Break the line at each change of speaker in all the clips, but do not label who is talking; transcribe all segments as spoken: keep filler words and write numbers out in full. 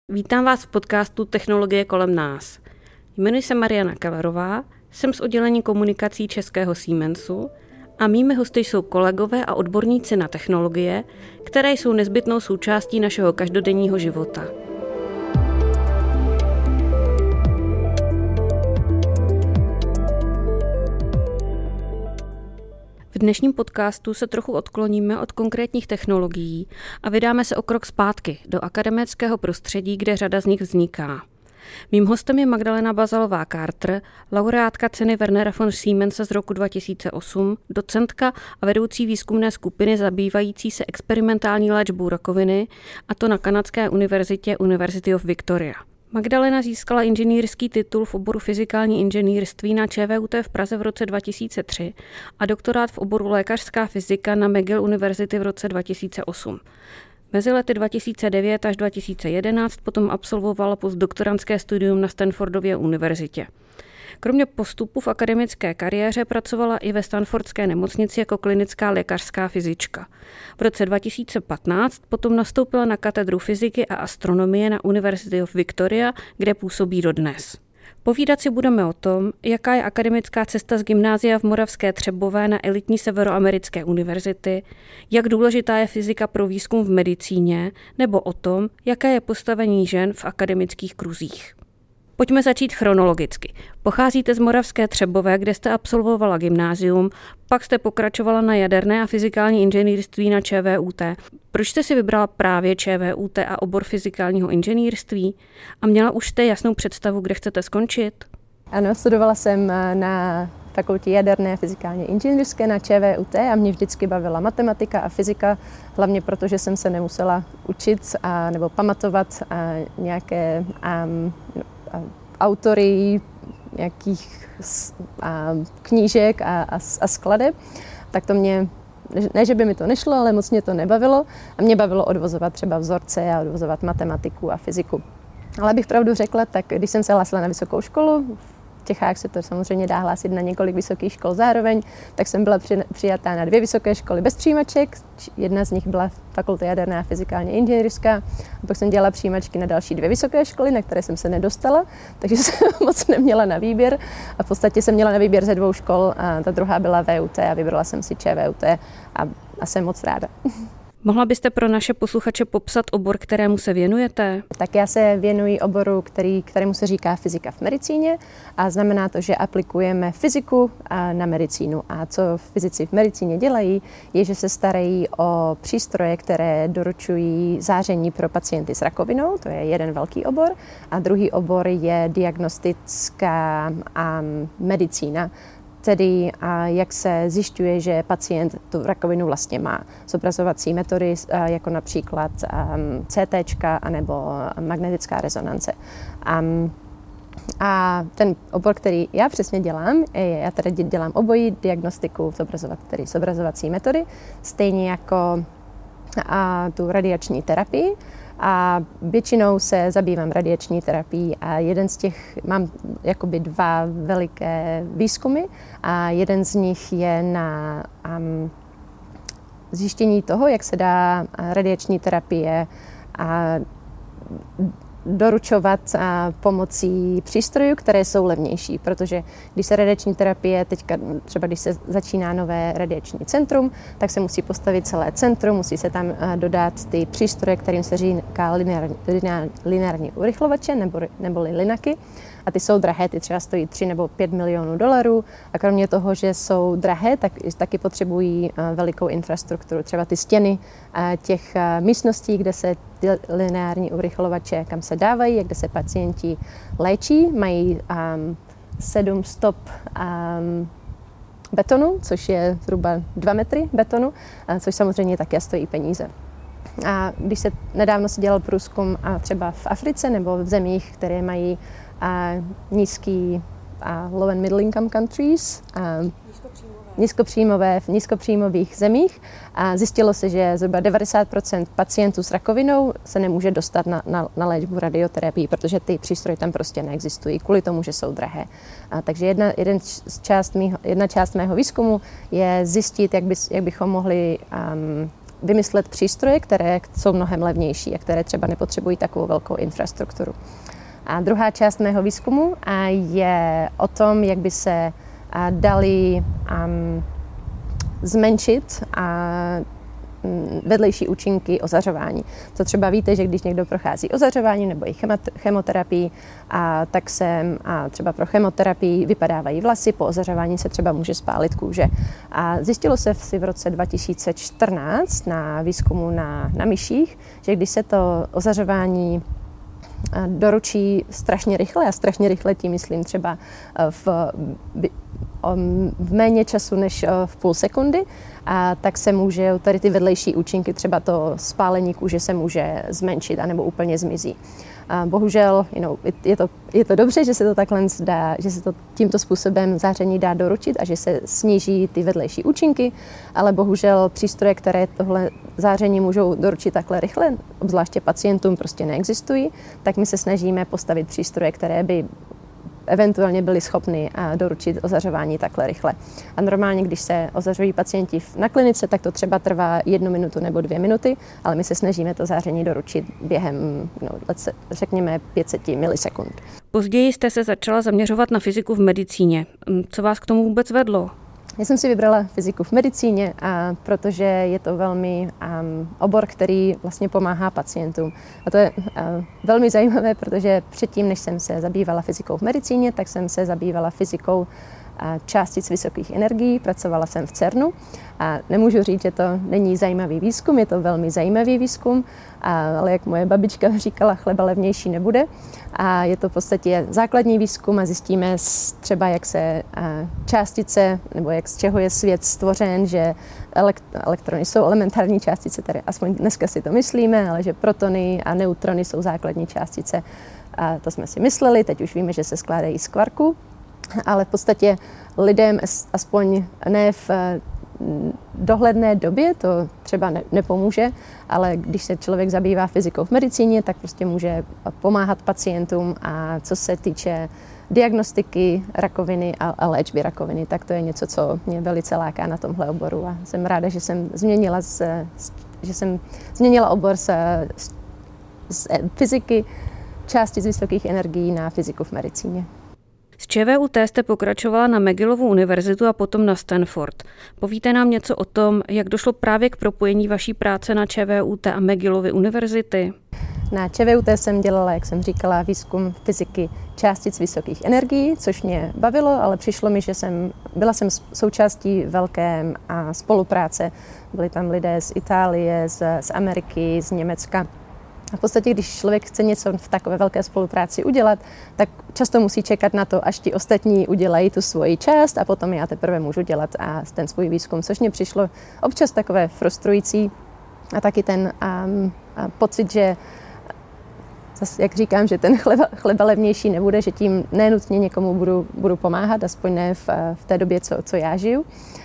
Vítám vás v podcastu Technologie kolem nás. Jmenuji se Mariana Kellerová, jsem z oddělení komunikací českého Siemensu a mými hosty jsou kolegové a odborníci na technologie, které jsou nezbytnou součástí našeho každodenního života. V dnešním podcastu se trochu odkloníme od konkrétních technologií a vydáme se o krok zpátky do akademického prostředí, kde řada z nich vzniká. Mým hostem je Magdalena Bazalová-Carter, laureátka ceny Wernera von Siemense z roku dva tisíce osm, docentka a vedoucí výzkumné skupiny zabývající se experimentální léčbou rakoviny, a to na kanadské univerzitě University of Victoria. Magdalena získala inženýrský titul v oboru fyzikální inženýrství na ČVUT v Praze v roce dva tisíce tři a doktorát v oboru lékařská fyzika na McGill University v roce dva tisíce osm. Mezi lety dva tisíce devět až dva tisíce jedenáct potom absolvovala postdoktorandské studium na Stanfordově univerzitě. Kromě postupu v akademické kariéře pracovala i ve Stanfordské nemocnici jako klinická lékařská fyzička. V roce dva tisíce patnáct potom nastoupila na katedru fyziky a astronomie na University of Victoria, kde působí dodnes. Povídat si budeme o tom, jaká je akademická cesta z gymnázia v Moravské Třebové na elitní severoamerické univerzity, jak důležitá je fyzika pro výzkum v medicíně, nebo o tom, jaké je postavení žen v akademických kruzích. Pojďme začít chronologicky. Pocházíte z Moravské Třebové, kde jste absolvovala gymnázium, pak jste pokračovala na jaderné a fyzikální inženýrství na ČVUT. Proč jste si vybrala právě ČVUT a obor fyzikálního inženýrství? A měla už jste jasnou představu, kde chcete skončit?
Ano, studovala jsem na fakultě jaderné a fyzikálně inženýrské na ČVUT a mě vždycky bavila matematika a fyzika, hlavně proto, že jsem se nemusela učit a, nebo pamatovat a nějaké a, a, autory nějakých a, knížek a, a, a skladeb, tak to mě, ne, že by mi to nešlo, ale moc mě to nebavilo a mě bavilo odvozovat třeba vzorce a odvozovat matematiku a fyziku. Ale abych pravdu řekla, tak když jsem se hlásila na vysokou školu, v Čechách se to samozřejmě dá hlásit na několik vysokých škol zároveň, tak jsem byla přijatá na dvě vysoké školy bez přijímaček. Jedna z nich byla fakulta jaderná a fyzikálně inženýrská. A pak jsem dělala přijímačky na další dvě vysoké školy, na které jsem se nedostala, takže jsem moc neměla na výběr. A v podstatě jsem měla na výběr ze dvou škol a ta druhá byla V U T a vybrala jsem si ČVUT a, a jsem moc ráda.
Mohla byste pro naše posluchače popsat obor, kterému se věnujete?
Tak já se věnuji oboru, který, kterému se říká fyzika v medicíně a znamená to, že aplikujeme fyziku na medicínu. A co fyzici v medicíně dělají, je, že se starají o přístroje, které doručují záření pro pacienty s rakovinou, to je jeden velký obor, a druhý obor je diagnostická medicína. Tedy a jak se zjišťuje, že pacient tu rakovinu vlastně má. Zobrazovací metody jako například C T anebo magnetická rezonance. A ten obor, který já přesně dělám, je, já tedy dělám obojí diagnostiku, zobrazovat, tedy zobrazovací metody, stejně jako a tu radiační terapii. A většinou se zabývám radiační terapií a jeden z těch, mám jakoby dva veliké výzkumy a jeden z nich je na um, zjištění toho, jak se dá radiační terapie a doručovat a pomocí přístrojů, které jsou levnější, protože když se radiační terapie, teďka třeba když se začíná nové radiační centrum, tak se musí postavit celé centrum, musí se tam dodat ty přístroje, kterým se říká lineární, lineární urychlovače nebo, neboli linaky. A ty jsou drahé, ty třeba stojí tři nebo pět milionů dolarů a kromě toho, že jsou drahé, tak taky potřebují velikou infrastrukturu. Třeba ty stěny těch místností, kde se ty lineární urychlovače, kam se dávají, kde se pacienti léčí, mají um, sedm stop um, betonu, což je zhruba dva metry betonu, což samozřejmě také stojí peníze. A když se nedávno se dělal průzkum a třeba v Africe nebo v zemích, které mají a nízký a low and middle income countries, a nízkopříjmové v nízkopříjmových zemích a zjistilo se, že zhruba devadesát procent pacientů s rakovinou se nemůže dostat na, na, na léčbu radioterapii, protože ty přístroje tam prostě neexistují, kvůli tomu, že jsou drahé. A takže jedna, jeden část mýho, jedna část mého výzkumu je zjistit, jak, by, jak bychom mohli um, vymyslet přístroje, které jsou mnohem levnější a které třeba nepotřebují takovou velkou infrastrukturu. A druhá část mého výzkumu je o tom, jak by se dali um, zmenšit a vedlejší účinky ozařování. To třeba víte, že když někdo prochází ozařování nebo i chemoterapii, a tak se a třeba pro chemoterapii vypadávají vlasy, po ozařování se třeba může spálit kůže. A zjistilo se v roce dva tisíce čtrnáct na výzkumu na, na myších, že když se to ozařování doručí strašně rychle, a strašně rychle tím myslím třeba v, v méně času než v půl sekundy, a tak se může tady ty vedlejší účinky, třeba to spálení kůže se může zmenšit anebo úplně zmizí. A bohužel you know, je, to, je to dobře, že se to takhle dá, že se to tímto způsobem záření dá doručit a že se sníží ty vedlejší účinky, ale bohužel přístroje, které tohle záření můžou doručit takhle rychle, obzvláště pacientům, prostě neexistují, tak my se snažíme postavit přístroje, které by eventuálně byli schopni doručit ozařování takhle rychle. A normálně, když se ozařují pacienti na klinice, tak to třeba trvá jednu minutu nebo dvě minuty, ale my se snažíme to záření doručit během, no, řekněme, pět set milisekund.
Později jste se začala zaměřovat na fyziku v medicíně. Co vás k tomu vůbec vedlo?
Já jsem si vybrala fyziku v medicíně, a protože je to velmi um, obor, který vlastně pomáhá pacientům. A to je uh, velmi zajímavé, protože předtím, než jsem se zabývala fyzikou v medicíně, tak jsem se zabývala fyzikou uh, částic vysokých energií, pracovala jsem v CERNu a nemůžu říct, že to není zajímavý výzkum, je to velmi zajímavý výzkum, a, ale jak moje babička říkala, chleba levnější nebude. A je to v podstatě základní výzkum a zjistíme třeba, jak se částice, nebo jak z čeho je svět stvořen, že elektrony jsou elementární částice, tedy aspoň dneska si to myslíme, ale že protony a neutrony jsou základní částice. A to jsme si mysleli, teď už víme, že se skládají z kvarků, ale v podstatě lidem, aspoň ne v dohledné době, to třeba ne, nepomůže, ale když se člověk zabývá fyzikou v medicíně, tak prostě může pomáhat pacientům, a co se týče diagnostiky rakoviny a, a léčby rakoviny, tak to je něco, co mě velice láká na tomhle oboru, a jsem ráda, že jsem změnila, z, že jsem změnila obor z, z, z fyziky částic vysokých energií na fyziku v medicíně.
Z ČVUT jste pokračovala na McGillovu univerzitu a potom na Stanford. Povíte nám něco o tom, jak došlo právě k propojení vaší práce na ČVUT a McGillovy univerzity?
Na ČVUT jsem dělala, jak jsem říkala, výzkum fyziky částic vysokých energií, což mě bavilo, ale přišlo mi, že jsem, byla jsem součástí velké spolupráce. Byli tam lidé z Itálie, z, z Ameriky, z Německa. A v podstatě, když člověk chce něco v takové velké spolupráci udělat, tak často musí čekat na to, až ti ostatní udělají tu svoji část, a potom já teprve můžu dělat a ten svůj výzkum, což mě přišlo občas takové frustrující, a taky ten um, a pocit, že zase, jak říkám, že ten chleba, chleba levnější nebude, že tím nenutně někomu budu, budu pomáhat, aspoň ne v, v té době, co, co já žiju.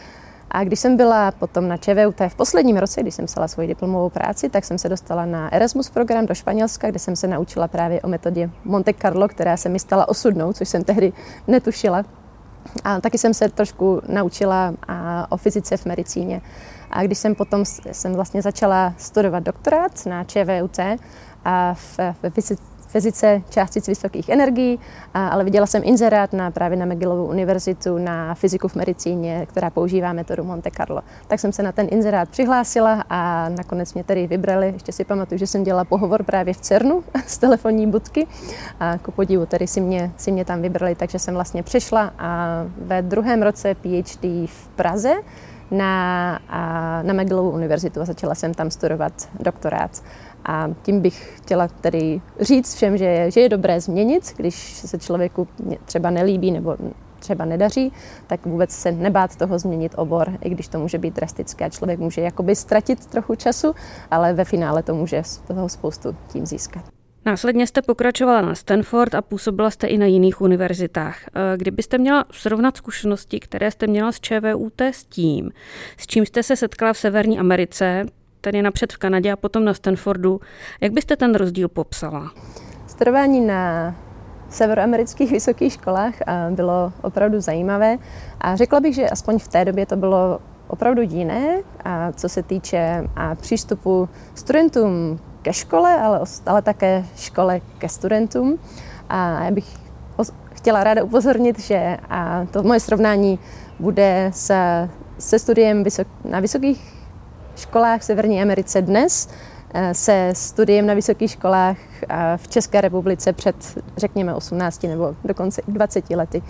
A když jsem byla potom na ČVUT v posledním roce, když jsem psala svoji diplomovou práci, tak jsem se dostala na Erasmus program do Španělska, kde jsem se naučila právě o metodě Monte Carlo, která se mi stala osudnou, což jsem tehdy netušila. A taky jsem se trošku naučila o fyzice v medicíně. A když jsem potom jsem vlastně začala studovat doktorát na ČVUT a v, v fyzice částic vysokých energií, ale viděla jsem inzerát na, právě na McGillovu univerzitu na fyziku v medicíně, která používá metodu Monte Carlo. Tak jsem se na ten inzerát přihlásila a nakonec mě tedy vybrali. Ještě si pamatuju, že jsem dělala pohovor právě v CERNu z telefonní budky, a ku podivu tedy si mě, si mě tam vybrali, takže jsem vlastně přišla a ve druhém roce PhD v Praze na, na McGillovu univerzitu a začala jsem tam studovat doktorát. A tím bych chtěla tedy říct všem, že je, že je dobré změnit, když se člověku třeba nelíbí nebo třeba nedaří, tak vůbec se nebát toho změnit obor, i když to může být drastické a člověk může jakoby ztratit trochu času, ale ve finále to může z toho spoustu tím získat.
Následně jste pokračovala na Stanford a působila jste i na jiných univerzitách. Kdybyste měla srovnat zkušenosti, které jste měla z ČVUT s tím, s čím jste se setkala v Severní Americe, tedy napřed v Kanadě a potom na Stanfordu, jak byste ten rozdíl popsala?
Studování na severoamerických vysokých školách bylo opravdu zajímavé a řekla bych, že aspoň v té době to bylo opravdu jiné, a co se týče a přístupu studentům ke škole, ale, ale také škole ke studentům. A já bych chtěla ráda upozornit, že a to moje srovnání bude se, se studiem vysok, na vysokých školách v Severní Americe dnes, se studiem na vysokých školách v České republice před, řekněme, osmnácti nebo dokonce dvaceti lety.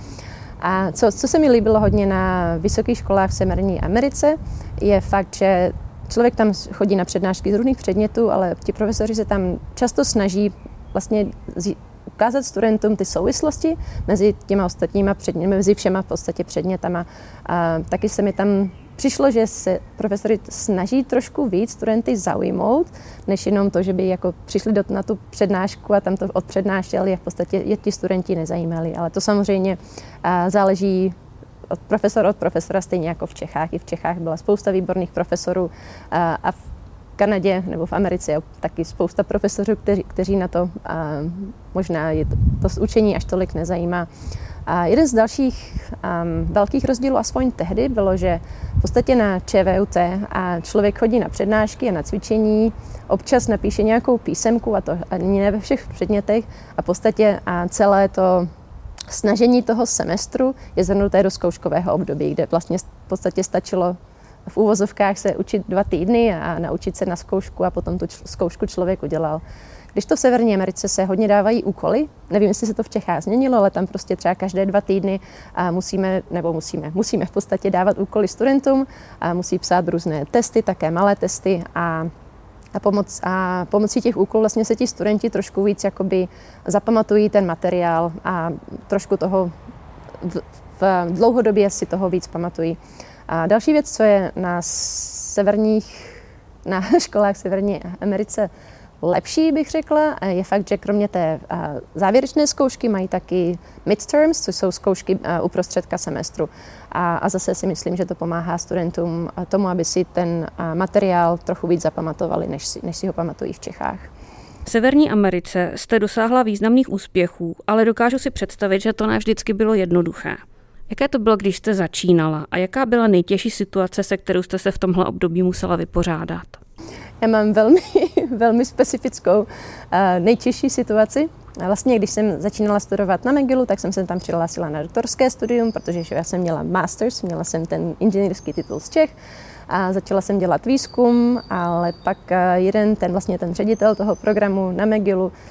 A co, co se mi líbilo hodně na vysokých školách v Severní Americe, je fakt, že člověk tam chodí na přednášky z různých předmětů, ale ti profesoři se tam často snaží vlastně ukázat studentům ty souvislosti mezi těma ostatníma předměty, mezi všema v podstatě předmětama. A taky se mi tam přišlo, že se profesoři snaží trošku víc studenty zaujmout, než jenom to, že by jako přišli do, na tu přednášku a tam to odpřednášeli a v podstatě je ti studenti nezajímali. Ale to samozřejmě a, záleží od profesora od profesora, stejně jako v Čechách. I v Čechách byla spousta výborných profesorů a, a v Kanadě nebo v Americe je taky spousta profesorů, kteří, kteří na to a, možná je to, to učení až tolik nezajímá. A jeden z dalších um, velkých rozdílů, aspoň tehdy, bylo, že v podstatě na ČVUT a člověk chodí na přednášky a na cvičení, občas napíše nějakou písemku, a to ani ne ve všech předmětech, a v podstatě a celé to snažení toho semestru je zhrnuté do zkouškového období, kde vlastně v podstatě stačilo v úvozovkách se učit dva týdny a naučit se na zkoušku a potom tu zkoušku člověk udělal. Když to v Severní Americe se hodně dávají úkoly, nevím, jestli se to v Čechách změnilo, ale tam prostě třeba každé dva týdny a musíme, nebo musíme, musíme v podstatě dávat úkoly studentům a musí psát různé testy, také malé testy a, a, pomoc, a pomocí těch úkolů vlastně se ti studenti trošku víc jakoby zapamatují ten materiál a trošku toho v, v dlouhodobě si toho víc pamatují. A další věc, co je na severních, na školách v Severní Americe lepší, bych řekla, je fakt, že kromě té závěrečné zkoušky mají taky midterms, což jsou zkoušky uprostředka semestru. A, a zase si myslím, že to pomáhá studentům tomu, aby si ten materiál trochu víc zapamatovali, než si, než si ho pamatují v Čechách.
V Severní Americe jste dosáhla významných úspěchů, ale dokážu si představit, že to ne vždycky bylo jednoduché. Jaké to bylo, když jste začínala a jaká byla nejtěžší situace, se kterou jste se v tomhle období musela vypořádat?
Já mám velmi, velmi specifickou uh, nejtěžší situaci. A vlastně, když jsem začínala studovat na McGillu, tak jsem se tam přihlásila na doktorské studium, protože já jsem měla masters, měla jsem ten inženýrský titul z Čech a začala jsem dělat výzkum, ale pak uh, jeden, ten vlastně ten ředitel toho programu na McGillu uh,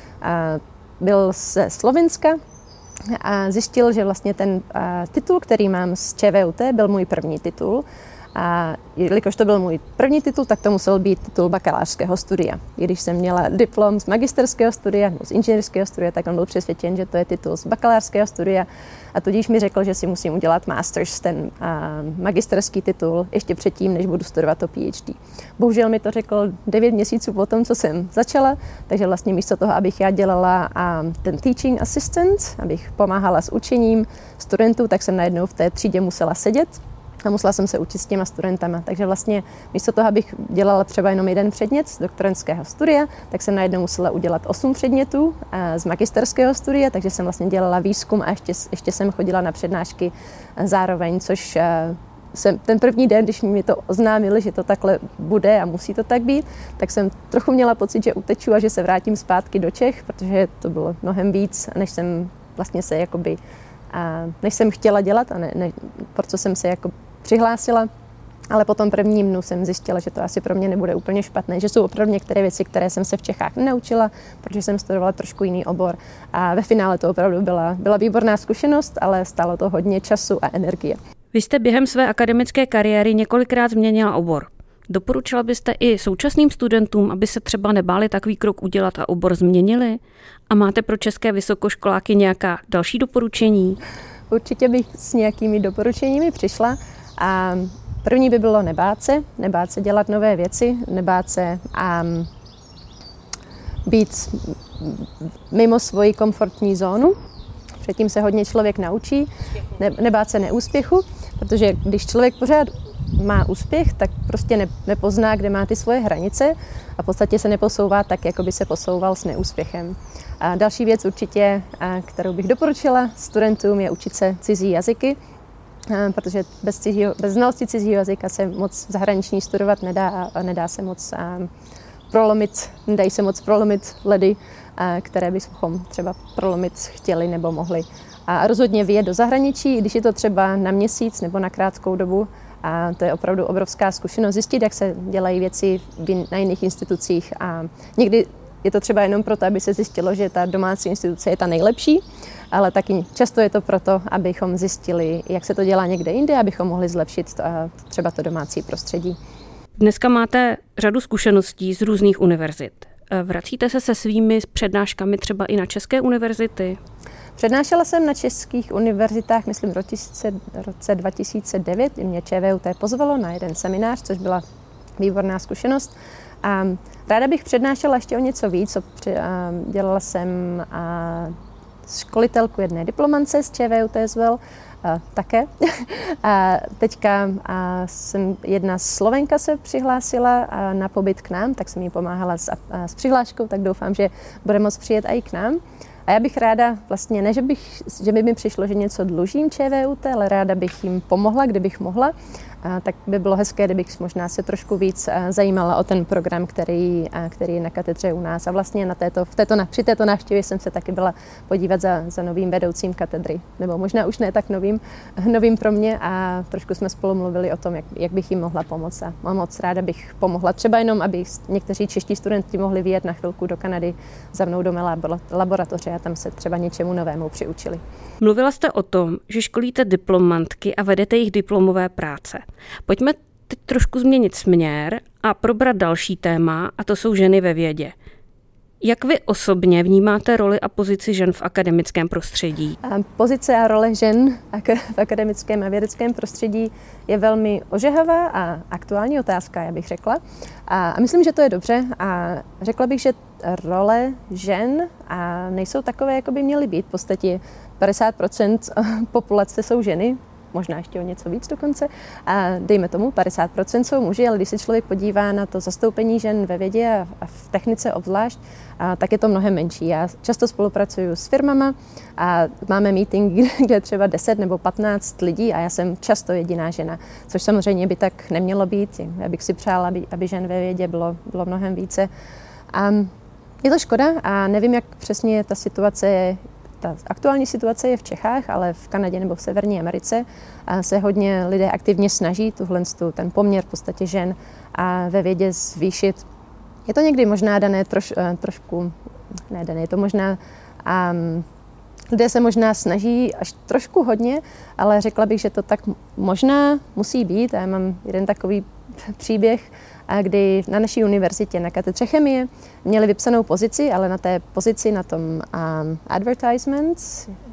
byl ze Slovenska a zjistil, že vlastně ten uh, titul, který mám z ČVUT, byl můj první titul. A jelikož to byl můj první titul, tak to musel být titul bakalářského studia. I když jsem měla diplom z magisterského studia nebo z inženýrského studia, tak on byl přesvědčen, že to je titul z bakalářského studia a tudíž mi řekl, že si musím udělat masters, ten uh, magisterský titul, ještě předtím, než budu studovat to PhD. Bohužel mi to řekl devět měsíců po tom, co jsem začala, takže vlastně místo toho, abych já dělala uh, ten teaching assistant, abych pomáhala s učením studentů, tak jsem najednou v té třídě musela sedět. A musela jsem se učit s těma studentama. Takže vlastně místo toho, abych dělala třeba jenom jeden předmět z doktorandského studia, tak jsem najednou musela udělat osm předmětů z magisterského studia, takže jsem vlastně dělala výzkum a ještě, ještě jsem chodila na přednášky zároveň, což jsem ten první den, když mi to oznámili, že to takhle bude a musí to tak být, tak jsem trochu měla pocit, že uteču a že se vrátím zpátky do Čech, protože to bylo mnohem víc, než jsem vlastně se jakoby, než jsem chtěla dělat a ne, ne, proto jsem se jako přihlásila, ale po tom prvním dnu jsem zjistila, že to asi pro mě nebude úplně špatné, že jsou opravdu některé věci, které jsem se v Čechách nenaučila, protože jsem studovala trošku jiný obor a ve finále to opravdu byla, byla výborná zkušenost, ale stálo to hodně času a energie.
Vy jste během své akademické kariéry několikrát změnila obor. Doporučila byste i současným studentům, aby se třeba nebáli takový krok udělat a obor změnili? A máte pro české vysokoškoláky nějaká další doporučení?
Určitě bych s nějakými doporučeními přišla. A první by bylo nebát se, nebát se dělat nové věci, nebát se a být mimo svoji komfortní zónu. Předtím se hodně člověk naučí, ne, nebát se neúspěchu, protože když člověk pořád má úspěch, tak prostě ne, nepozná, kde má ty svoje hranice a v podstatě se neposouvá tak, jako by se posouval s neúspěchem. A další věc určitě, kterou bych doporučila studentům, je učit se cizí jazyky. protože bez, cizího, bez znalosti cizího jazyka se moc zahraniční studovat nedá a nedá se moc prolomit, nedají se moc prolomit ledy, které bychom třeba prolomit chtěli nebo mohli. A rozhodně vyjet do zahraničí, když je to třeba na měsíc nebo na krátkou dobu, a to je opravdu obrovská zkušenost zjistit, jak se dělají věci na jiných institucích. A někdy je to třeba jenom proto, aby se zjistilo, že ta domácí instituce je ta nejlepší, ale taky často je to proto, abychom zjistili, jak se to dělá někde jinde, abychom mohli zlepšit to, třeba to domácí prostředí.
Dneska máte řadu zkušeností z různých univerzit. Vracíte se se svými přednáškami třeba i na české univerzity?
Přednášela jsem na českých univerzitách, myslím, v roce dva tisíce devět, i mě ČVUT pozvalo na jeden seminář, což byla výborná zkušenost. A ráda bych přednášela ještě o něco víc. Dělala jsem školitelku jedné diplomance z ČVUT as well, také. A teďka a jsem, jedna Slovenka se přihlásila na pobyt k nám, tak jsem jí pomáhala s, s přihláškou, tak doufám, že bude moct přijet i k nám. A já bych ráda, vlastně ne, že, bych, že by mi přišlo, že něco dlužím ČVUT, ale ráda bych jim pomohla, kdybych mohla. A tak by bylo hezké, kdybych možná se trošku víc zajímala o ten program, který, který je na katedře u nás. A vlastně na této, v této, při této návštěvě jsem se taky byla podívat za, za novým vedoucím katedry. Nebo možná už ne tak novým, novým pro mě a trošku jsme spolu mluvili o tom, jak, jak bych jim mohla pomoct. A moc ráda bych pomohla. Třeba jenom, aby někteří čeští studenti mohli vyjet na chvilku do Kanady za mnou do mé laboratoře a tam se třeba něčemu novému přiučili.
Mluvila jste o tom, že školíte diplomantky a vedete jejich diplomové práce. Pojďme teď trošku změnit směr a probrat další téma, a to jsou ženy ve vědě. Jak vy osobně vnímáte roli a pozici žen v akademickém prostředí?
A pozice a role žen v akademickém a vědeckém prostředí je velmi ožehavá a aktuální otázka, já bych řekla. A myslím, že to je dobře a řekla bych, že role žen a nejsou takové, jako by měly být. V podstatě padesát procent populace jsou ženy, možná ještě o něco víc dokonce. A dejme tomu, padesát procent jsou muži, ale když se člověk podívá na to zastoupení žen ve vědě a v technice obzvlášť, a tak je to mnohem menší. Já často spolupracuju s firmama a máme meeting, kde je třeba deset nebo patnáct lidí a já jsem často jediná žena, což samozřejmě by tak nemělo být. Já bych si přála, aby, aby žen ve vědě bylo, bylo mnohem více. A je to škoda a nevím, jak přesně ta situace je. Ta aktuální situace je v Čechách, ale v Kanadě nebo v Severní Americe se hodně lidé aktivně snaží tuhle, ten poměr v podstatě žen a ve vědě zvýšit. Je to někdy možná dané troš, trošku, ne dané, je to možná, um, lidé se možná snaží až trošku hodně, ale řekla bych, že to tak možná musí být. Já mám jeden takový příběh, kdy na naší univerzitě na katedře chemie měli vypsanou pozici, ale na té pozici, na tom um, advertisement,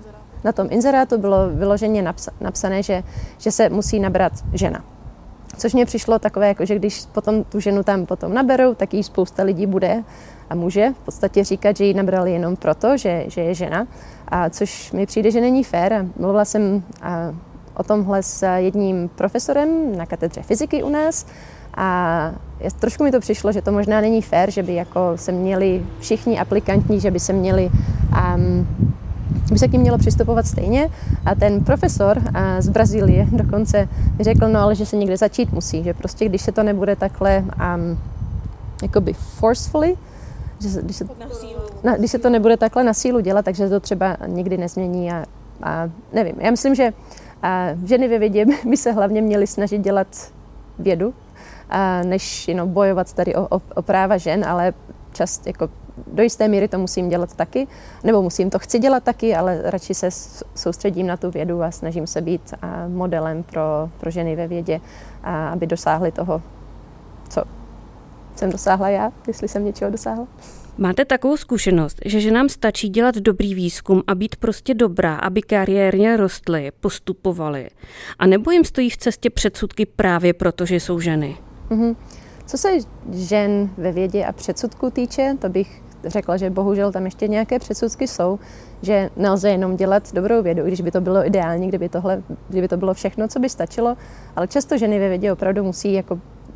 na tom inzerátu bylo vyloženě napsa- napsané, že, že se musí nabrat žena. Což mně přišlo takové, jako, že když potom tu ženu tam potom naberou, tak jí spousta lidí bude a může v podstatě říkat, že ji nabrali jenom proto, že, že je žena, a což mi přijde, že není fér. Mluvila jsem a, o tomhle s jedním profesorem na katedře fyziky u nás a trošku mi to přišlo, že to možná není fér, že by jako se měli všichni aplikanti, že by se měli um, by se k ním mělo přistupovat stejně. A ten profesor a z Brazílie dokonce mi řekl, no ale že se někde začít musí, že prostě když se to nebude takhle um, jakoby forcefully, že když se, na, když se to nebude takhle na sílu dělat, takže se to třeba nikdy nezmění a, a nevím. Já myslím, že a ženy ve vědě by se hlavně měly snažit dělat vědu, a než jenom bojovat tady o, o, o práva žen, ale čas jako do jisté míry to musím dělat taky, nebo musím to chci dělat taky, ale radši se soustředím na tu vědu a snažím se být modelem pro, pro ženy ve vědě, a aby dosáhly toho, co jsem dosáhla já, jestli jsem něčeho dosáhla.
Máte takovou zkušenost, že ženám stačí dělat dobrý výzkum a být prostě dobrá, aby kariérně rostly, postupovaly? A nebo jim stojí v cestě předsudky právě proto, že jsou ženy?
Mm-hmm. Co se žen ve vědě a předsudků týče, to bych řekla, že bohužel tam ještě nějaké předsudky jsou, že nelze jenom dělat dobrou vědu, když by to bylo ideální, kdyby, tohle, kdyby to bylo všechno, co by stačilo, ale často ženy ve vědě opravdu musí jako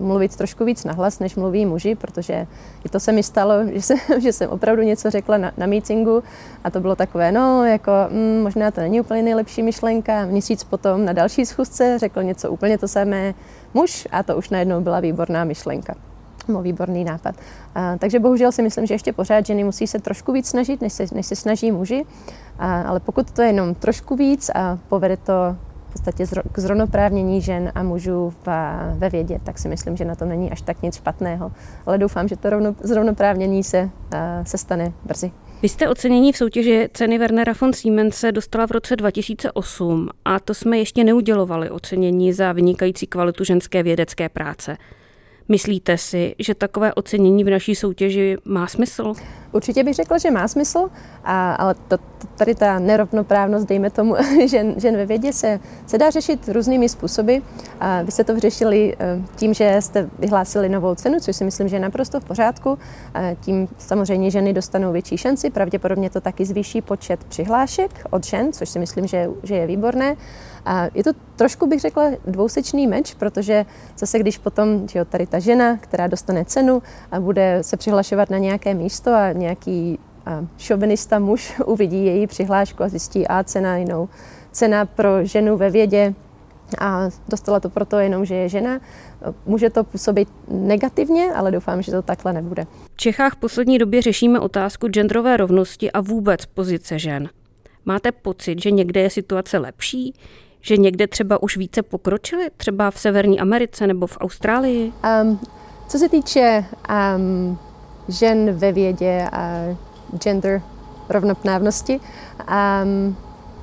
mluvit trošku víc nahlas, než mluví muži, protože i to se mi stalo, že jsem, že jsem opravdu něco řekla na, na meetingu a to bylo takové, no, jako mm, možná to není úplně nejlepší myšlenka. Měsíc potom na další schůzce řekl něco úplně to samé muž a to už najednou byla výborná myšlenka. No, výborný nápad. A, takže bohužel si myslím, že ještě pořád ženy musí se trošku víc snažit, než se, než se snaží muži, a, ale pokud to je jenom trošku víc a povede to v podstatě k zrovnoprávnění žen a mužů v, ve vědě, tak si myslím, že na tom není až tak nic špatného. Ale doufám, že to rovno, zrovnoprávnění se, a, se stane brzy.
Vy jste ocenění v soutěži ceny Wernera von Siemense dostala v roce dva tisíce osm a to jsme ještě neudělovali ocenění za vynikající kvalitu ženské vědecké práce. Myslíte si, že takové ocenění v naší soutěži má smysl?
Určitě bych řekla, že má smysl, a, ale to, to, tady ta nerovnoprávnost, dejme tomu, žen, žen ve vědě se, se dá řešit různými způsoby. A vy jste to vyřešili tím, že jste vyhlásili novou cenu, což si myslím, že je naprosto v pořádku. A tím samozřejmě ženy dostanou větší šanci, pravděpodobně to taky zvýší počet přihlášek od žen, což si myslím, že, že je výborné. A je to trošku, bych řekla, dvousečný meč, protože zase když potom, že jo, tady ta žena, která dostane cenu a bude se přihlašovat na nějaké místo a nějaký a, šovinista muž uvidí její přihlášku a zjistí, a cena jinou, cena pro ženu ve vědě a dostala to proto jenom, že je žena. Může to působit negativně, ale doufám, že to takhle nebude.
V Čechách v poslední době řešíme otázku genderové rovnosti a vůbec pozice žen. Máte pocit, že někde je situace lepší? Že někde třeba už více pokročili? Třeba v Severní Americe nebo v Austrálii?
Um, co se týče um, žen ve vědě a gender rovnoprávnosti um,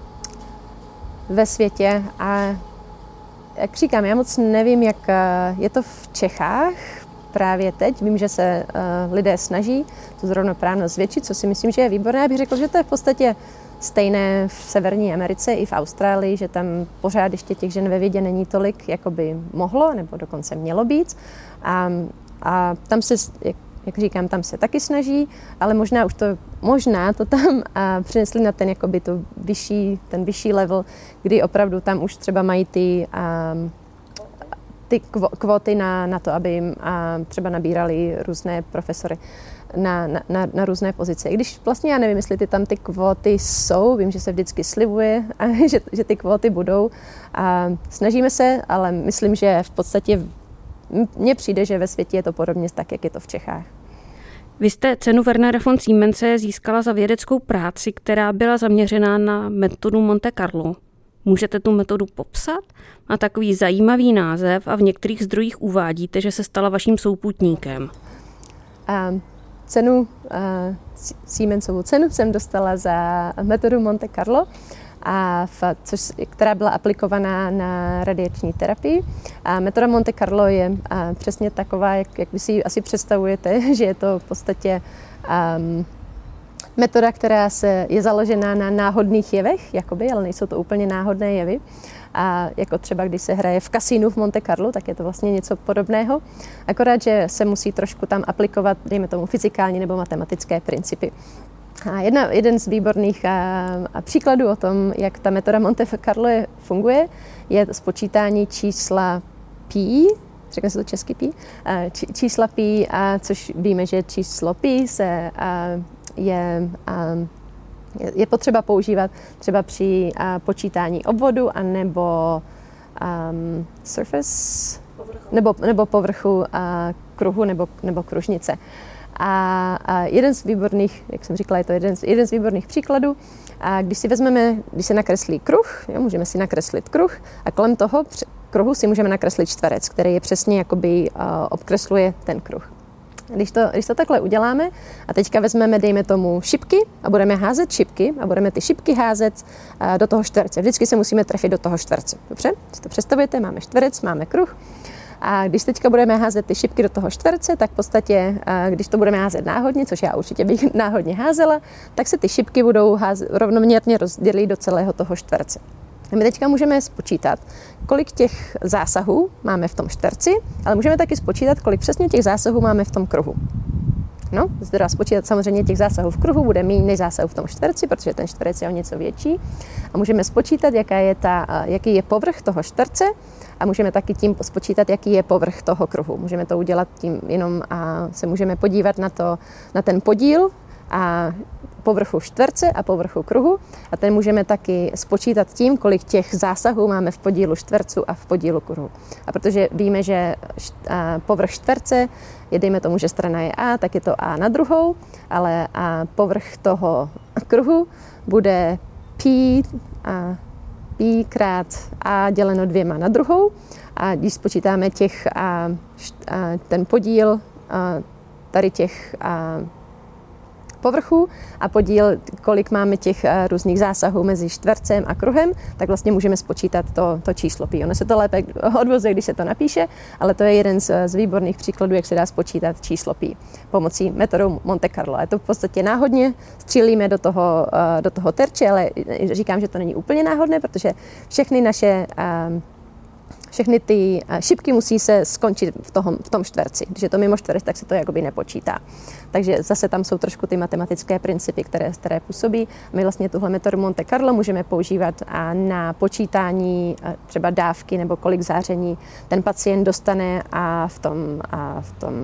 ve světě a jak říkám, já moc nevím, jak je to v Čechách právě teď. Vím, že se uh, lidé snaží tu zrovnoprávnost zvětšit, co si myslím, že je výborné. Já bych řekl, že to je v podstatě stejné v Severní Americe i v Austrálii, že tam pořád ještě těch žen ve vědě není tolik, jako by mohlo, nebo dokonce mělo být. A, a tam se, jak, jak říkám, tam se taky snaží, ale možná už to, možná to tam a přinesli na ten, jakoby to vyšší, ten vyšší level, kdy opravdu tam už třeba mají ty, a, ty kvóty na, na to, aby jim a třeba nabírali různé profesory na, na, na, na různé pozice. I když vlastně já nevím, jestli ty tam ty kvóty jsou, vím, že se vždycky slibuje, a že, že ty kvóty budou. A snažíme se, ale myslím, že v podstatě mně přijde, že ve světě je to podobně tak, jak je to v Čechách.
Vy jste cenu Wernera von Siemense získala za vědeckou práci, která byla zaměřená na metodu Monte Carlo. Můžete tu metodu popsat? Má takový zajímavý název a v některých zdrojích uvádíte, že se stala vaším souputníkem.
Um. Cenu, uh, Siemensovou cenu jsem dostala za metodu Monte Carlo, a v, což, která byla aplikovaná na radiační terapii. A metoda Monte Carlo je a, přesně taková, jak, jak vy si asi představujete, že je to v podstatě um, metoda, která se, je založená na náhodných jevech, jakoby, ale nejsou to úplně náhodné jevy. A jako třeba, když se hraje v kasínu v Monte Carlo, tak je to vlastně něco podobného. Akorát, že se musí trošku tam aplikovat, dejme tomu, fyzikální nebo matematické principy. A jedna, jeden z výborných a, a příkladů o tom, jak ta metoda Monte Carlo je, funguje, je spočítání čísla pi, řekne se to česky pi, či, čísla pi, a což víme, že číslo pi se a, je... A, je potřeba používat třeba při a, počítání obvodu anebo um, surface, nebo, nebo povrchu a, kruhu nebo, nebo kružnice. A, a jeden z výborných, jak jsem říkala, je to jeden z, jeden z výborných příkladů. A když si vezmeme, když se nakreslí kruh, jo, můžeme si nakreslit kruh a kolem toho kruhu si můžeme nakreslit čtverec, který je přesně jakoby uh, obkresluje ten kruh. Když to, když to takhle uděláme a teďka vezmeme, dejme tomu, šipky a budeme házet šipky a budeme ty šipky házet do toho čtverce. Vždycky se musíme trefit do toho čtverce. Dobře? Si to představujete, máme čtverec, máme kruh. A když teďka budeme házet ty šipky do toho čtverce, tak v podstatě, když to budeme házet náhodně, což já určitě bych náhodně házela, tak se ty šipky budou házet, rovnoměrně rozdělit do celého toho čtverce. A my teďka můžeme spočítat, kolik těch zásahů máme v tom čtverci, ale můžeme taky spočítat, kolik přesně těch zásahů máme v tom kruhu. No, zde dá spočítat samozřejmě těch zásahů v kruhu, bude méně než zásahů v tom čtverci, protože ten čtverec je o něco větší. A můžeme spočítat, jaká je ta, jaký je povrch toho čtverce a můžeme taky tím spočítat, jaký je povrch toho kruhu. Můžeme to udělat tím jenom a se můžeme podívat na, to, na ten podíl a povrchu čtverce a povrchu kruhu a ten můžeme taky spočítat tím, kolik těch zásahů máme v podílu čtverců a v podílu kruhu. A protože víme, že povrch čtverce je, dejme tomu, že strana je A, tak je to A na druhou, ale a povrch toho kruhu bude pi a pi krát A děleno dvěma na druhou a když spočítáme těch a, a ten podíl a, tady těch a, povrchu a podíl, kolik máme těch různých zásahů mezi čtvercem a kruhem, tak vlastně můžeme spočítat to, to číslo pi. Ono se to lépe odvozuje, když se to napíše, ale to je jeden z, z výborných příkladů, jak se dá spočítat číslo pi pomocí metodou Monte Carlo. A to v podstatě náhodně střílíme do toho, do toho terče, ale říkám, že to není úplně náhodné, protože všechny naše Všechny ty šipky musí se skončit v tom, v tom čtverci. Když je to mimo čtverec, tak se to jakoby nepočítá. Takže zase tam jsou trošku ty matematické principy, které, které působí. My vlastně tuhle metodu Monte Carlo můžeme používat na počítání třeba dávky nebo kolik záření ten pacient dostane a v tom, a v tom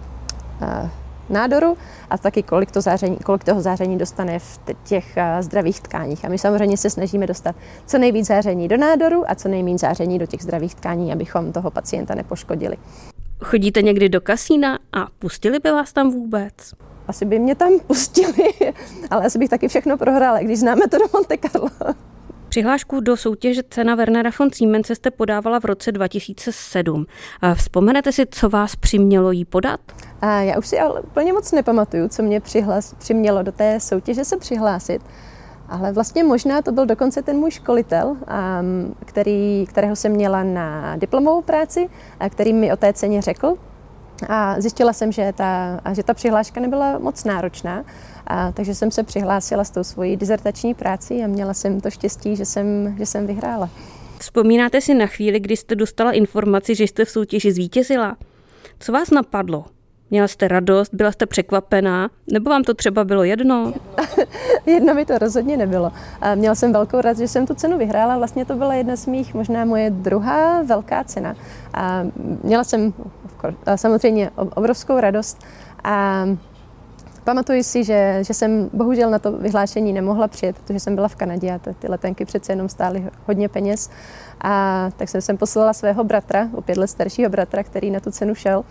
a nádoru a taky kolik, to záření, kolik toho záření dostane v těch zdravých tkáních. A my samozřejmě se snažíme dostat co nejvíc záření do nádoru a co nejméně záření do těch zdravých tkání, abychom toho pacienta nepoškodili.
Chodíte někdy do kasína a pustili by vás tam vůbec?
Asi by mě tam pustili, ale asi bych taky všechno prohrála, když známe to do Monte Carlo.
Přihlášku do soutěže Cena Wernera von Siemence jste podávala v roce dva tisíce sedm. Vzpomenete si, co vás přimělo jí podat?
A já už si ale úplně moc nepamatuju, co mě přihlas, přimělo do té soutěže se přihlásit. Ale vlastně možná to byl dokonce ten můj školitel, který, kterého jsem měla na diplomovou práci, a který mi o té ceně řekl. A zjistila jsem, že ta, že ta přihláška nebyla moc náročná, a takže jsem se přihlásila s tou svojí dizertační práci a měla jsem to štěstí, že jsem, že jsem vyhrála.
Vzpomínáte si na chvíli, kdy jste dostala informaci, že jste v soutěži zvítězila? Co vás napadlo? Měla jste radost, byla jste překvapená, nebo vám to třeba bylo jedno?
Jedno mi to rozhodně nebylo. A měla jsem velkou radost, že jsem tu cenu vyhrála. Vlastně to byla jedna z mých, možná moje druhá velká cena. A měla jsem samozřejmě obrovskou radost. A pamatuji si, že, že jsem bohužel na to vyhlášení nemohla přijet, protože jsem byla v Kanadě a ty letenky přece jenom stály hodně peněz. A tak jsem sem poslala svého bratra, o pět let staršího bratra, který na tu cenu šel.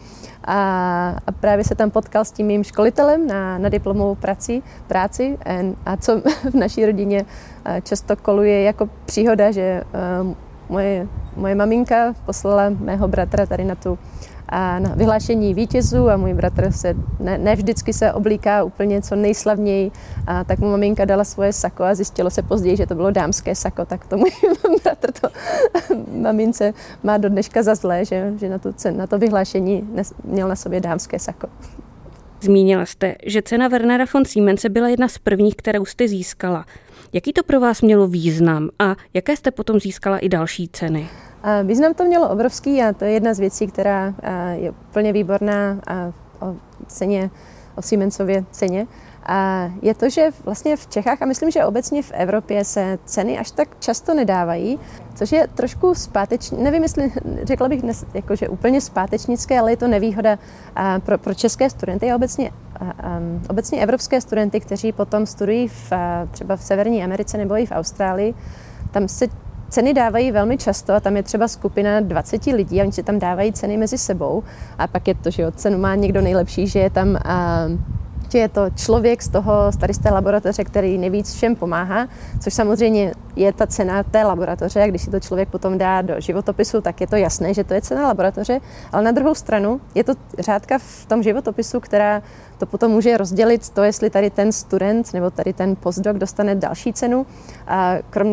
A, a právě se tam potkal s tím mým školitelem na, na diplomovou práci, práci. A co v naší rodině často koluje jako příhoda, že uh, moje, moje maminka poslala mého bratra tady na tu a na vyhlášení vítězů a můj bratr se ne, ne vždycky se oblíká úplně co nejslavněji, a tak mu maminka dala svoje sako a zjistilo se později, že to bylo dámské sako, tak to můj bratr to mamince má do dneška za zlé, že, že na, tu, na to vyhlášení nes, měl na sobě dámské sako.
Zmínila jste, že cena Wernera von Siemence byla jedna z prvních, kterou jste získala. Jaký to pro vás mělo význam a jaké jste potom získala i další ceny?
Význam to mělo obrovský a to je jedna z věcí, která je úplně výborná o ceně, o Siemensově ceně. A je to, že vlastně v Čechách a myslím, že obecně v Evropě se ceny až tak často nedávají, což je trošku zpátečné, nevím, jestli řekla bych dnes, jako, že úplně zpátečnické, ale je to nevýhoda pro, pro české studenty a obecně, um, obecně evropské studenty, kteří potom studují v, třeba v Severní Americe nebo i v Austrálii. Tam se ceny dávají velmi často a tam je třeba skupina dvacet lidí a oni si tam dávají ceny mezi sebou a pak je to, že jo, cenu má někdo nejlepší, že je tam a, že je to člověk z toho z té laboratoře, který nejvíc všem pomáhá, což samozřejmě je ta cena té laboratoře a když si to člověk potom dá do životopisu, tak je to jasné, že to je cena laboratoře, ale na druhou stranu je to řádka v tom životopisu, která to potom může rozdělit to, jestli tady ten student nebo tady ten postdoc dostane další cenu a krom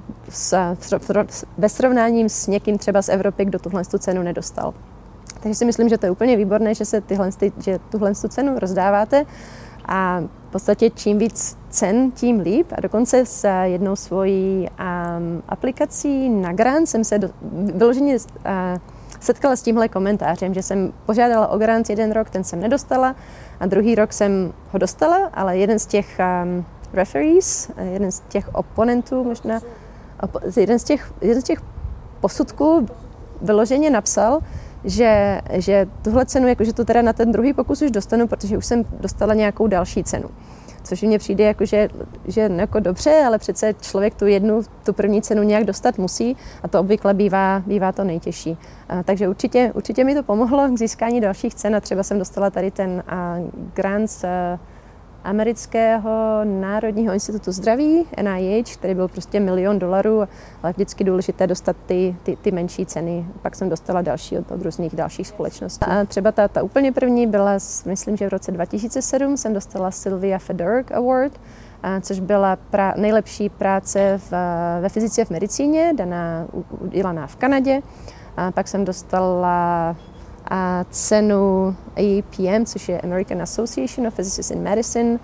S, ve srovnáním s někým třeba z Evropy, kdo tuhle cenu nedostal. Takže si myslím, že to je úplně výborné, že se tyhle, že tuhle cenu rozdáváte a v podstatě čím víc cen, tím líp. A dokonce s jednou svojí um, aplikací na grant jsem se do, vyloženě uh, setkala s tímhle komentářem, že jsem požádala o grant jeden rok, ten jsem nedostala a druhý rok jsem ho dostala, ale jeden z těch um, referees, jeden z těch oponentů možná, jeden z těch, jeden z těch posudků vyloženě napsal, že, že tuhle cenu, jakože to teda na ten druhý pokus už dostanu, protože už jsem dostala nějakou další cenu. Což mně přijde jako, že, že jako dobře, ale přece člověk tu jednu, tu první cenu nějak dostat musí a to obvykle bývá, bývá to nejtěžší. A, takže určitě, určitě mi to pomohlo k získání dalších cen a třeba jsem dostala tady ten a, grant z a, Amerického národního institutu zdraví, N I H, který byl prostě milion dolarů, ale vždycky důležité dostat ty, ty, ty menší ceny. Pak jsem dostala další od, od různých dalších společností. A třeba ta, ta úplně první byla, myslím, že v roce dva tisíce sedm jsem dostala Sylvia Fedork Award, a, což byla pra, nejlepší práce v, ve fyzice v medicíně, daná, udělaná v Kanadě. A pak jsem dostala a cenu A P M, což je American Association of Physicists in Medicine,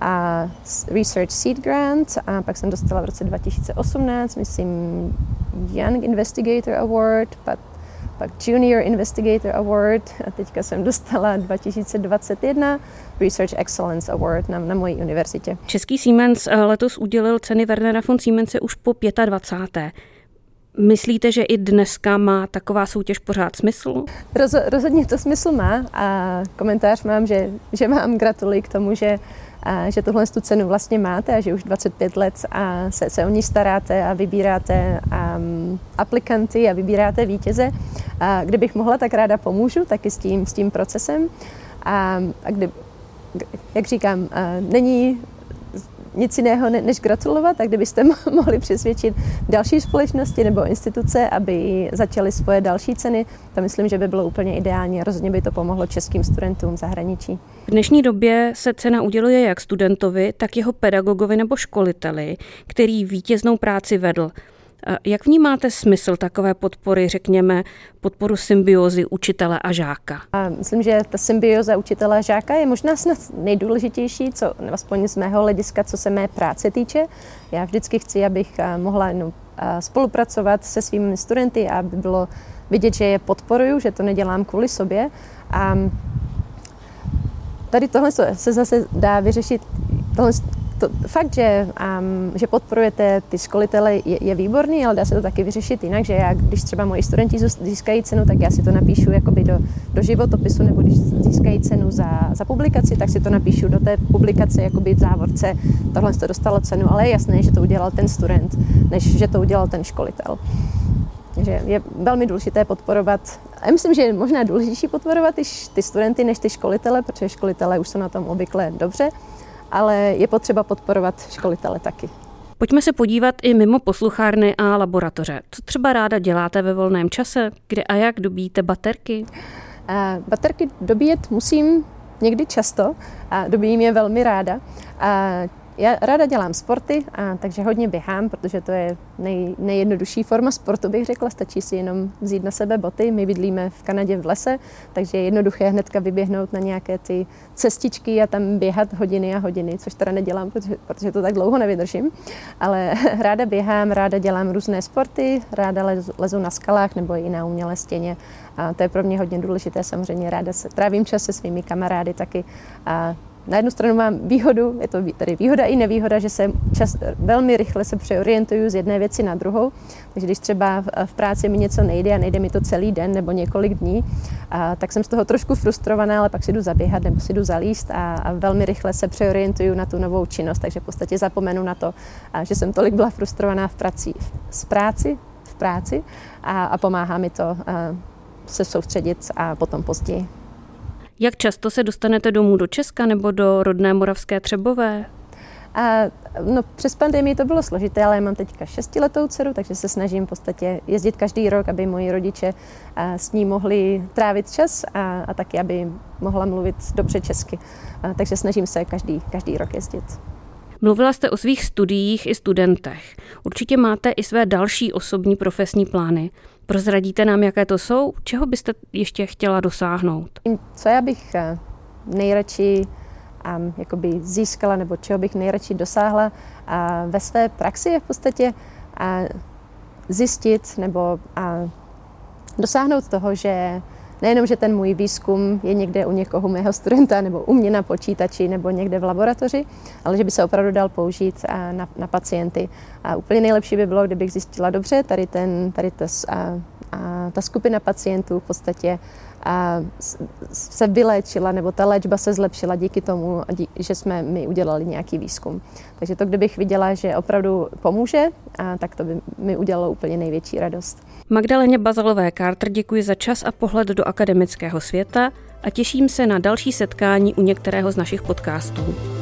a Research Seed Grant, a pak jsem dostala v roce dva tisíce osmnáct, myslím, Young Investigator Award, pak, pak Junior Investigator Award a teďka jsem dostala dva tisíce dvacet jedna Research Excellence Award na, na mojí univerzitě.
Český Siemens letos udělil ceny Wernera von Siemense už po dvacáté páté Myslíte, že i dneska má taková soutěž pořád smysl?
Roz, rozhodně to smysl má a komentář mám, že, že vám gratuluji k tomu, že, a, že tuhle tu cenu vlastně máte a že už dvacet pět let a se, se o ní staráte a vybíráte a, aplikanty a vybíráte vítěze. A kdybych mohla, tak ráda pomůžu taky s tím, s tím procesem. A, a kdy, jak říkám, a, není nic jiného než gratulovat, tak kdybyste mohli přesvědčit další společnosti nebo instituce, aby začaly svoje další ceny, to myslím, že by bylo úplně ideální a rozhodně by to pomohlo českým studentům v zahraničí.
V dnešní době se cena uděluje jak studentovi, tak jeho pedagogovi nebo školiteli, který vítěznou práci vedl. Jak vnímáte smysl takové podpory, řekněme, podporu symbiózy učitele a žáka?
A myslím, že ta symbióza učitele a žáka je možná snad nejdůležitější, co aspoň z mého hlediska, co se mé práce týče. Já vždycky chci, abych mohla no, spolupracovat se svými studenty a aby bylo vidět, že je podporuju, že to nedělám kvůli sobě. A tady tohle se zase dá vyřešit. Tohle, to, fakt, že, um, že podporujete ty školitele, je, je výborný, ale dá se to taky vyřešit jinak, že já, když třeba moji studenti získají cenu, tak já si to napíšu jakoby do, do životopisu, nebo když získají cenu za, za publikaci, tak si to napíšu do té publikace jakoby v závorce. Tohle to dostalo cenu, ale je jasné, že to udělal ten student, než že to udělal ten školitel. Takže je velmi důležité podporovat, a já myslím, že je možná důležitější podporovat ty, ty studenty než ty školitele, protože školitele už jsou na tom obvykle dobře, ale je potřeba podporovat školitele taky.
Pojďme se podívat i mimo posluchárny a laboratoře. Co třeba ráda děláte ve volném čase? Kde a jak dobíjíte baterky?
A baterky dobíjet musím někdy často a dobíjím je velmi ráda. A já ráda dělám sporty, a takže hodně běhám, protože to je nej, nejjednodušší forma sportu, bych řekla. Stačí si jenom vzít na sebe boty. My bydlíme v Kanadě v lese, takže je jednoduché hnedka vyběhnout na nějaké ty cestičky a tam běhat hodiny a hodiny, což teda nedělám, protože, protože to tak dlouho nevydržím. Ale ráda běhám, ráda dělám různé sporty, ráda lezu, lezu na skalách nebo i na umělé stěně. A to je pro mě hodně důležité. Samozřejmě ráda se trávím čas se svými kamarády taky. A na jednu stranu mám výhodu, je to tady výhoda i nevýhoda, že se čas, velmi rychle se přeorientuju z jedné věci na druhou. Takže když třeba v, v práci mi něco nejde a nejde mi to celý den nebo několik dní, a, tak jsem z toho trošku frustrovaná, ale pak si jdu zaběhat nebo si jdu zalíst a, a velmi rychle se přeorientuju na tu novou činnost, takže v podstatě zapomenu na to, a, že jsem tolik byla frustrovaná v práci, v práci, v práci a, a pomáhá mi to a, se soustředit a potom později.
Jak často se dostanete domů do Česka nebo do rodné moravské Třebové?
A, no, přes pandemii to bylo složité, ale já mám teďka šestiletou dceru, takže se snažím v podstatě jezdit každý rok, aby moji rodiče a, s ní mohli trávit čas a, a taky, aby mohla mluvit dobře česky. A, takže snažím se každý, každý rok jezdit.
Mluvila jste o svých studiích i studentech. Určitě máte i své další osobní profesní plány. Prozradíte nám, jaké to jsou? Čeho byste ještě chtěla dosáhnout?
Co já bych nejradši um, jakoby získala, nebo čeho bych nejradši dosáhla a ve své praxi je v podstatě a zjistit nebo a dosáhnout toho, že nejenom, že ten můj výzkum je někde u někoho, mého studenta, nebo u mě na počítači, nebo někde v laboratoři, ale že by se opravdu dal použít na, na pacienty. A úplně nejlepší by bylo, kdybych zjistila dobře, tady, ten, tady ta, a, a ta skupina pacientů v podstatě a se vyléčila, nebo ta léčba se zlepšila díky tomu, že jsme my udělali nějaký výzkum. Takže to, kdybych viděla, že opravdu pomůže, a tak to by mi udělalo úplně největší radost.
Magdaleně Bazalové-Carter děkuji za čas a pohled do akademického světa a těším se na další setkání u některého z našich podcastů.